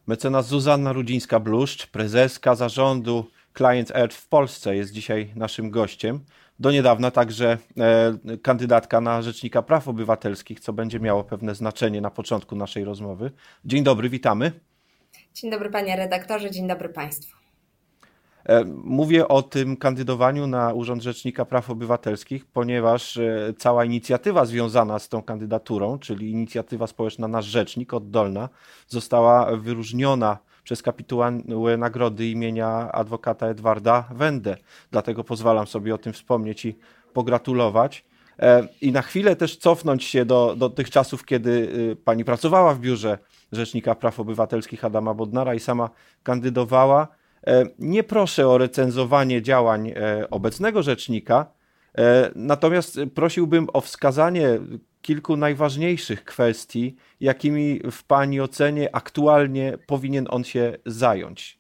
Mecenas Zuzanna Rudzińska-Bluszcz, prezeska zarządu Client Earth w Polsce, jest dzisiaj naszym gościem. Do niedawna także kandydatka na Rzecznika Praw Obywatelskich, co będzie miało pewne znaczenie na początku naszej rozmowy. Dzień dobry, witamy. Dzień dobry panie redaktorze, dzień dobry państwu. Mówię o tym kandydowaniu na Urząd Rzecznika Praw Obywatelskich, ponieważ cała inicjatywa związana z tą kandydaturą, czyli inicjatywa społeczna Nasz Rzecznik, oddolna, została wyróżniona przez kapitułę nagrody imienia adwokata Edwarda Wende. Dlatego pozwalam sobie o tym wspomnieć i pogratulować. I na chwilę też cofnąć się do tych czasów, kiedy pani pracowała w biurze Rzecznika Praw Obywatelskich Adama Bodnara i sama kandydowała. Nie proszę o recenzowanie działań obecnego rzecznika, natomiast prosiłbym o wskazanie kilku najważniejszych kwestii, jakimi w pani ocenie aktualnie powinien on się zająć.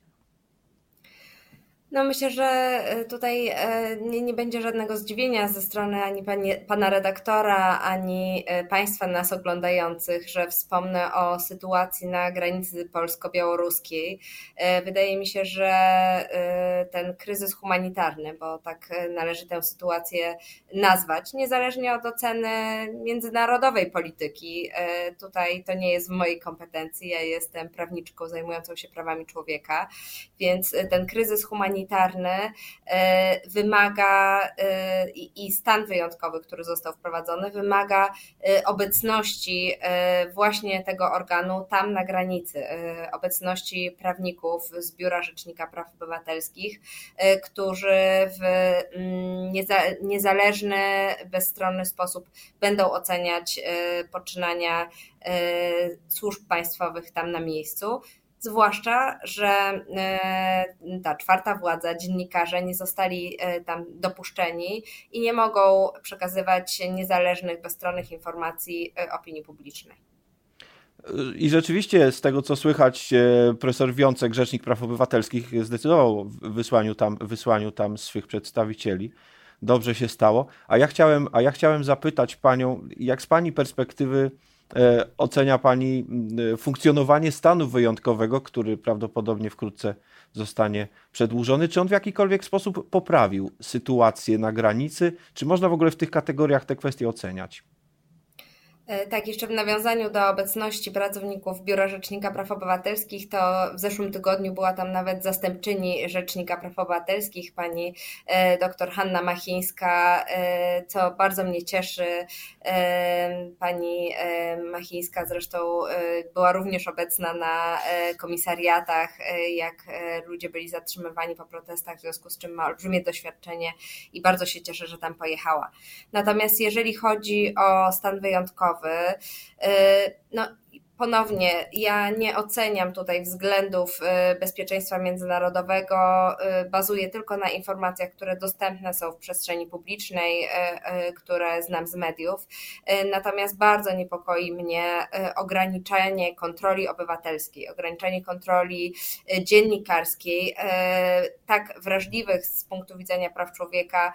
No myślę, że tutaj nie będzie żadnego zdziwienia ze strony ani pana redaktora, ani państwa nas oglądających, że wspomnę o sytuacji na granicy polsko-białoruskiej. Wydaje mi się, że ten kryzys humanitarny, bo tak należy tę sytuację nazwać, niezależnie od oceny międzynarodowej polityki, tutaj to nie jest w mojej kompetencji, ja jestem prawniczką zajmującą się prawami człowieka, więc ten kryzys humanitarny wymaga i stan wyjątkowy, który został wprowadzony, wymaga obecności właśnie tego organu tam na granicy, obecności prawników z Biura Rzecznika Praw Obywatelskich, którzy w niezależny, bezstronny sposób będą oceniać poczynania służb państwowych tam na miejscu. Zwłaszcza, że ta czwarta władza, dziennikarze nie zostali tam dopuszczeni i nie mogą przekazywać niezależnych, bezstronnych informacji opinii publicznej. I rzeczywiście z tego, co słychać, profesor Wiącek, Rzecznik Praw Obywatelskich, zdecydował o wysłaniu tam swych przedstawicieli. Dobrze się stało. A ja chciałem zapytać panią, jak z pani perspektywy ocenia pani funkcjonowanie stanu wyjątkowego, który prawdopodobnie wkrótce zostanie przedłużony? Czy on w jakikolwiek sposób poprawił sytuację na granicy? Czy można w ogóle w tych kategoriach te kwestie oceniać? Tak, jeszcze w nawiązaniu do obecności pracowników Biura Rzecznika Praw Obywatelskich, to w zeszłym tygodniu była tam nawet zastępczyni Rzecznika Praw Obywatelskich, pani dr Hanna Machińska, co bardzo mnie cieszy. Pani Machińska zresztą była również obecna na komisariatach, jak ludzie byli zatrzymywani po protestach, w związku z czym ma olbrzymie doświadczenie i bardzo się cieszę, że tam pojechała. Natomiast jeżeli chodzi o stan wyjątkowy, no ponownie, ja nie oceniam tutaj względów bezpieczeństwa międzynarodowego, bazuję tylko na informacjach, które dostępne są w przestrzeni publicznej, które znam z mediów. Natomiast bardzo niepokoi mnie ograniczenie kontroli obywatelskiej, ograniczenie kontroli dziennikarskiej, tak wrażliwych z punktu widzenia praw człowieka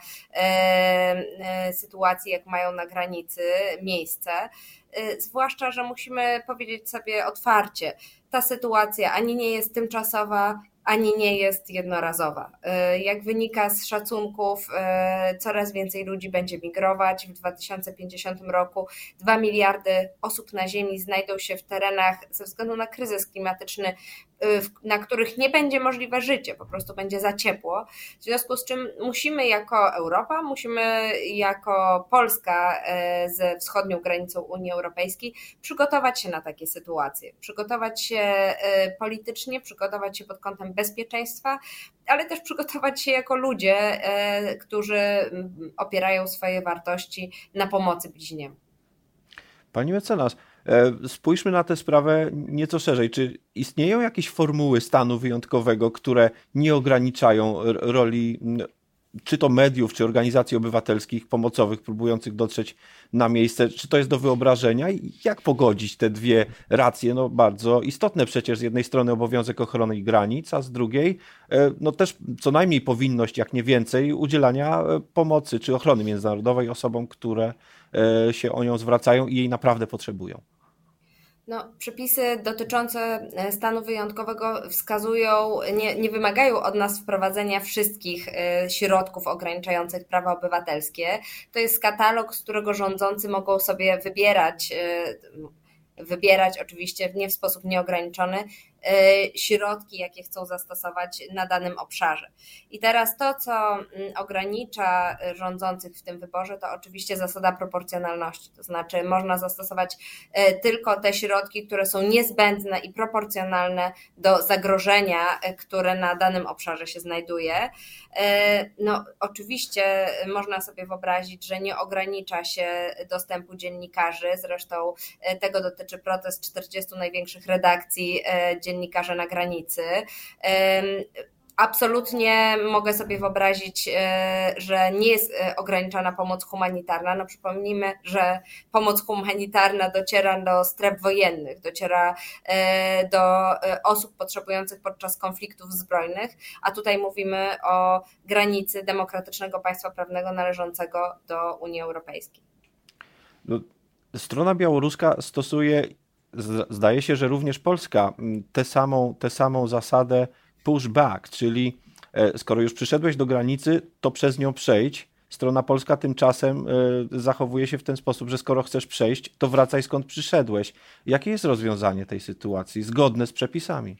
sytuacji, jak mają na granicy miejsce. Zwłaszcza, że musimy powiedzieć sobie otwarcie, ta sytuacja ani nie jest tymczasowa, ani nie jest jednorazowa. Jak wynika z szacunków, coraz więcej ludzi będzie migrować. W 2050 roku 2 miliardy osób na Ziemi znajdą się w terenach ze względu na kryzys klimatyczny, na których nie będzie możliwe życie, po prostu będzie za ciepło. W związku z czym musimy jako Europa, musimy jako Polska ze wschodnią granicą Unii Europejskiej przygotować się na takie sytuacje. Przygotować się politycznie, przygotować się pod kątem bezpieczeństwa, ale też przygotować się jako ludzie, którzy opierają swoje wartości na pomocy bliźniemu. Pani mecenas, spójrzmy na tę sprawę nieco szerzej. Czy istnieją jakieś formuły stanu wyjątkowego, które nie ograniczają roli czy to mediów, czy organizacji obywatelskich pomocowych próbujących dotrzeć na miejsce? Czy to jest do wyobrażenia? I jak pogodzić te dwie racje, no bardzo istotne przecież, z jednej strony obowiązek ochrony granic, a z drugiej no też co najmniej powinność, jak nie więcej, udzielania pomocy czy ochrony międzynarodowej osobom, które się o nią zwracają i jej naprawdę potrzebują? No, przepisy dotyczące stanu wyjątkowego wskazują, nie wymagają od nas wprowadzenia wszystkich środków ograniczających prawa obywatelskie. To jest katalog, z którego rządzący mogą sobie wybierać oczywiście nie w sposób nieograniczony środki, jakie chcą zastosować na danym obszarze. I teraz to, co ogranicza rządzących w tym wyborze, to oczywiście zasada proporcjonalności, to znaczy można zastosować tylko te środki, które są niezbędne i proporcjonalne do zagrożenia, które na danym obszarze się znajduje. No, oczywiście można sobie wyobrazić, że nie ogranicza się dostępu dziennikarzy, zresztą tego dotyczy protest 40 największych redakcji dziennikarze na granicy. Absolutnie mogę sobie wyobrazić, że nie jest ograniczana pomoc humanitarna. No przypomnijmy, że pomoc humanitarna dociera do stref wojennych, dociera do osób potrzebujących podczas konfliktów zbrojnych, a tutaj mówimy o granicy demokratycznego państwa prawnego należącego do Unii Europejskiej. No, strona białoruska stosuje, zdaje się, że również Polska, tę samą zasadę pushback, czyli skoro już przyszedłeś do granicy, to przez nią przejdź. Strona polska tymczasem zachowuje się w ten sposób, że skoro chcesz przejść, to wracaj skąd przyszedłeś. Jakie jest rozwiązanie tej sytuacji, zgodne z przepisami?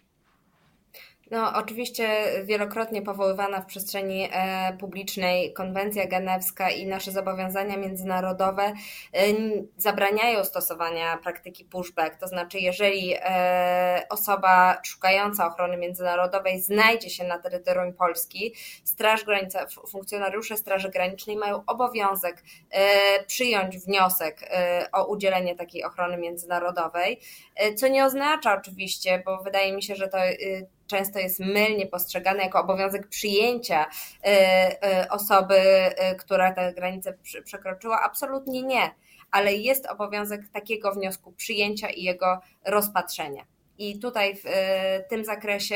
No, oczywiście wielokrotnie powoływana w przestrzeni publicznej konwencja genewska i nasze zobowiązania międzynarodowe zabraniają stosowania praktyki pushback. To znaczy, jeżeli osoba szukająca ochrony międzynarodowej znajdzie się na terytorium Polski, funkcjonariusze Straży Granicznej mają obowiązek przyjąć wniosek o udzielenie takiej ochrony międzynarodowej, co nie oznacza oczywiście, bo wydaje mi się, że to często jest mylnie postrzegane jako obowiązek przyjęcia osoby, która tę granicę przekroczyła. Absolutnie nie, ale jest obowiązek takiego wniosku przyjęcia i jego rozpatrzenia. I tutaj w tym zakresie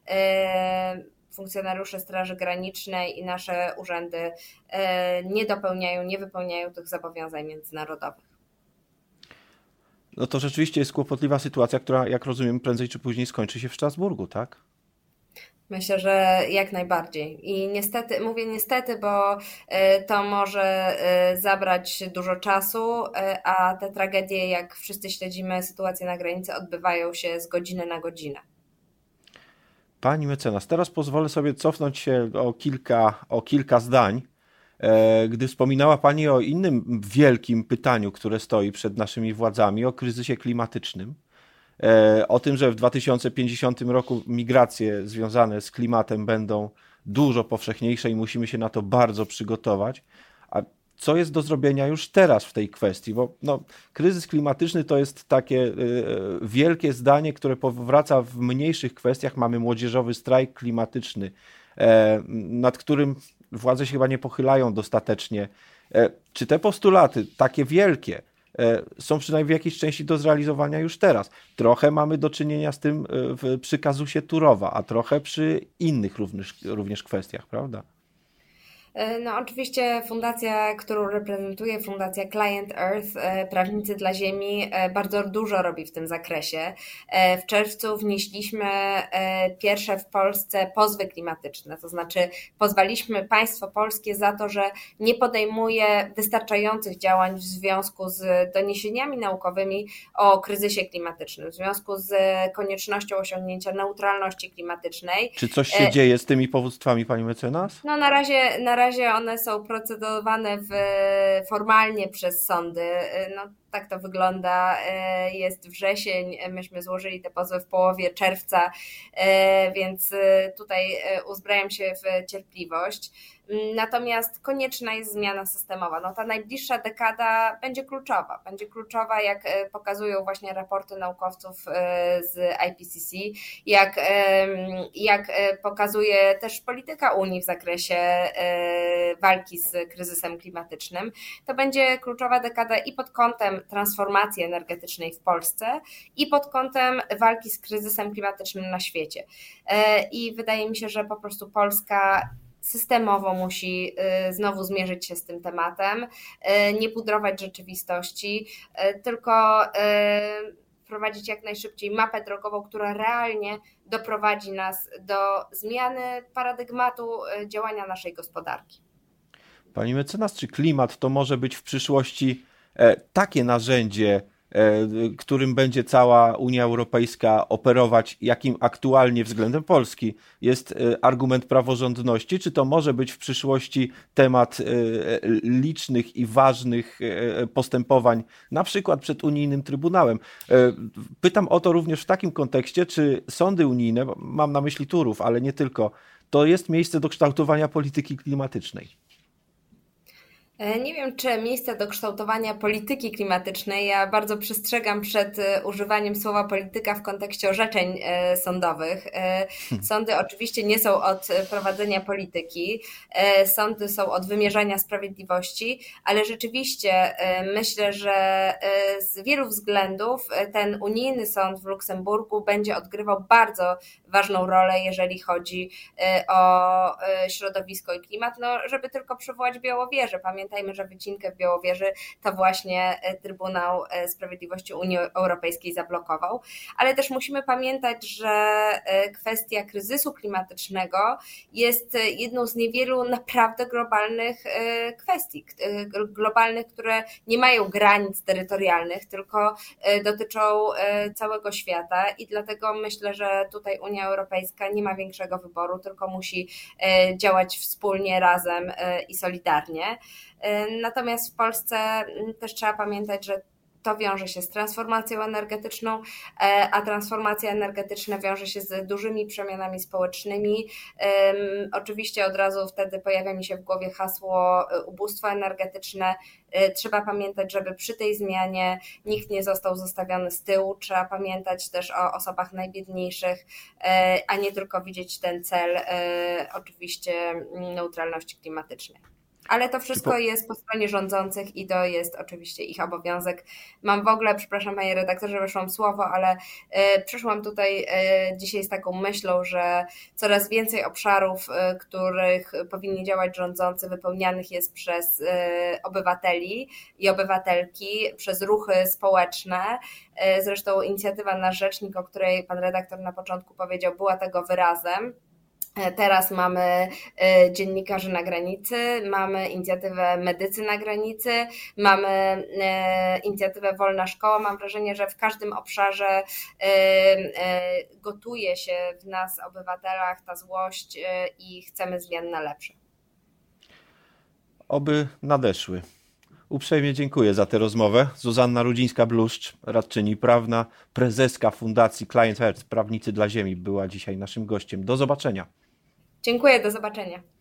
funkcjonariusze Straży Granicznej i nasze urzędy nie wypełniają tych zobowiązań międzynarodowych. No to rzeczywiście jest kłopotliwa sytuacja, która, jak rozumiem, prędzej czy później skończy się w Strasburgu, tak? Myślę, że jak najbardziej. I niestety, mówię niestety, bo to może zabrać dużo czasu, a te tragedie, jak wszyscy śledzimy sytuację na granicy, odbywają się z godziny na godzinę. Pani mecenas, teraz pozwolę sobie cofnąć się o kilka zdań, gdy wspominała Pani o innym wielkim pytaniu, które stoi przed naszymi władzami, o kryzysie klimatycznym. O tym, że w 2050 roku migracje związane z klimatem będą dużo powszechniejsze i musimy się na to bardzo przygotować. A co jest do zrobienia już teraz w tej kwestii? Bo no, kryzys klimatyczny to jest takie wielkie zdanie, które powraca w mniejszych kwestiach. Mamy młodzieżowy strajk klimatyczny, nad którym władze się chyba nie pochylają dostatecznie. Czy te postulaty, takie wielkie, są przynajmniej w jakiejś części do zrealizowania już teraz? Trochę mamy do czynienia z tym przy kazusie Turowa, a trochę przy innych również kwestiach, prawda? No oczywiście fundacja, którą reprezentuję, Fundacja Client Earth, Prawnicy dla Ziemi, bardzo dużo robi w tym zakresie. W czerwcu wnieśliśmy pierwsze w Polsce pozwy klimatyczne, to znaczy pozwaliśmy państwo polskie za to, że nie podejmuje wystarczających działań w związku z doniesieniami naukowymi o kryzysie klimatycznym, w związku z koniecznością osiągnięcia neutralności klimatycznej. Czy coś się dzieje z tymi powództwami, pani mecenas? No na razie one są procedowane formalnie przez sądy. No, tak to wygląda. Jest wrzesień, myśmy złożyli te pozwy w połowie czerwca, więc tutaj uzbrajam się w cierpliwość. Natomiast konieczna jest zmiana systemowa. No, ta najbliższa dekada będzie kluczowa. Będzie kluczowa, jak pokazują właśnie raporty naukowców z IPCC, jak pokazuje też polityka Unii w zakresie walki z kryzysem klimatycznym. To będzie kluczowa dekada i pod kątem transformacji energetycznej w Polsce i pod kątem walki z kryzysem klimatycznym na świecie. I wydaje mi się, że po prostu Polska systemowo musi znowu zmierzyć się z tym tematem, nie pudrować rzeczywistości, tylko wprowadzić jak najszybciej mapę drogową, która realnie doprowadzi nas do zmiany paradygmatu działania naszej gospodarki. Pani mecenas, czy klimat to może być w przyszłości takie narzędzie, którym będzie cała Unia Europejska operować, jakim aktualnie względem Polski jest argument praworządności? Czy to może być w przyszłości temat licznych i ważnych postępowań, na przykład przed unijnym Trybunałem? Pytam o to również w takim kontekście, czy sądy unijne, mam na myśli Turów, ale nie tylko, to jest miejsce do kształtowania polityki klimatycznej? Nie wiem, czy miejsce do kształtowania polityki klimatycznej. Ja bardzo przestrzegam przed używaniem słowa polityka w kontekście orzeczeń sądowych. Sądy oczywiście nie są od prowadzenia polityki, sądy są od wymierzania sprawiedliwości, ale rzeczywiście myślę, że z wielu względów ten unijny sąd w Luksemburgu będzie odgrywał bardzo ważną rolę, jeżeli chodzi o środowisko i klimat. No, żeby tylko przywołać Białowieżę. Pamiętajmy, że wycinkę w Białowieży to właśnie Trybunał Sprawiedliwości Unii Europejskiej zablokował, ale też musimy pamiętać, że kwestia kryzysu klimatycznego jest jedną z niewielu naprawdę globalnych kwestii, globalnych, które nie mają granic terytorialnych, tylko dotyczą całego świata i dlatego myślę, że tutaj Unia Europejska nie ma większego wyboru, tylko musi działać wspólnie, razem i solidarnie. Natomiast w Polsce też trzeba pamiętać, że to wiąże się z transformacją energetyczną, a transformacja energetyczna wiąże się z dużymi przemianami społecznymi. Oczywiście od razu wtedy pojawia mi się w głowie hasło ubóstwo energetyczne. Trzeba pamiętać, żeby przy tej zmianie nikt nie został zostawiony z tyłu. Trzeba pamiętać też o osobach najbiedniejszych, a nie tylko widzieć ten cel oczywiście neutralności klimatycznej. Ale to wszystko jest po stronie rządzących i to jest oczywiście ich obowiązek. Mam w ogóle, przepraszam panie redaktorze, że weszłam słowo, ale przyszłam tutaj dzisiaj z taką myślą, że coraz więcej obszarów, których powinni działać rządzący, wypełnianych jest przez obywateli i obywatelki, przez ruchy społeczne. Zresztą inicjatywa Nasz Rzecznik, o której pan redaktor na początku powiedział, była tego wyrazem. Teraz mamy dziennikarzy na granicy, mamy inicjatywę Medycy na granicy, mamy inicjatywę Wolna Szkoła. Mam wrażenie, że w każdym obszarze gotuje się w nas, obywatelach, ta złość i chcemy zmian na lepsze. Oby nadeszły. Uprzejmie dziękuję za tę rozmowę. Zuzanna Rudzińska-Bluszcz, radczyni prawna, prezeska Fundacji Client Earth, Prawnicy dla Ziemi, była dzisiaj naszym gościem. Do zobaczenia. Dziękuję, do zobaczenia.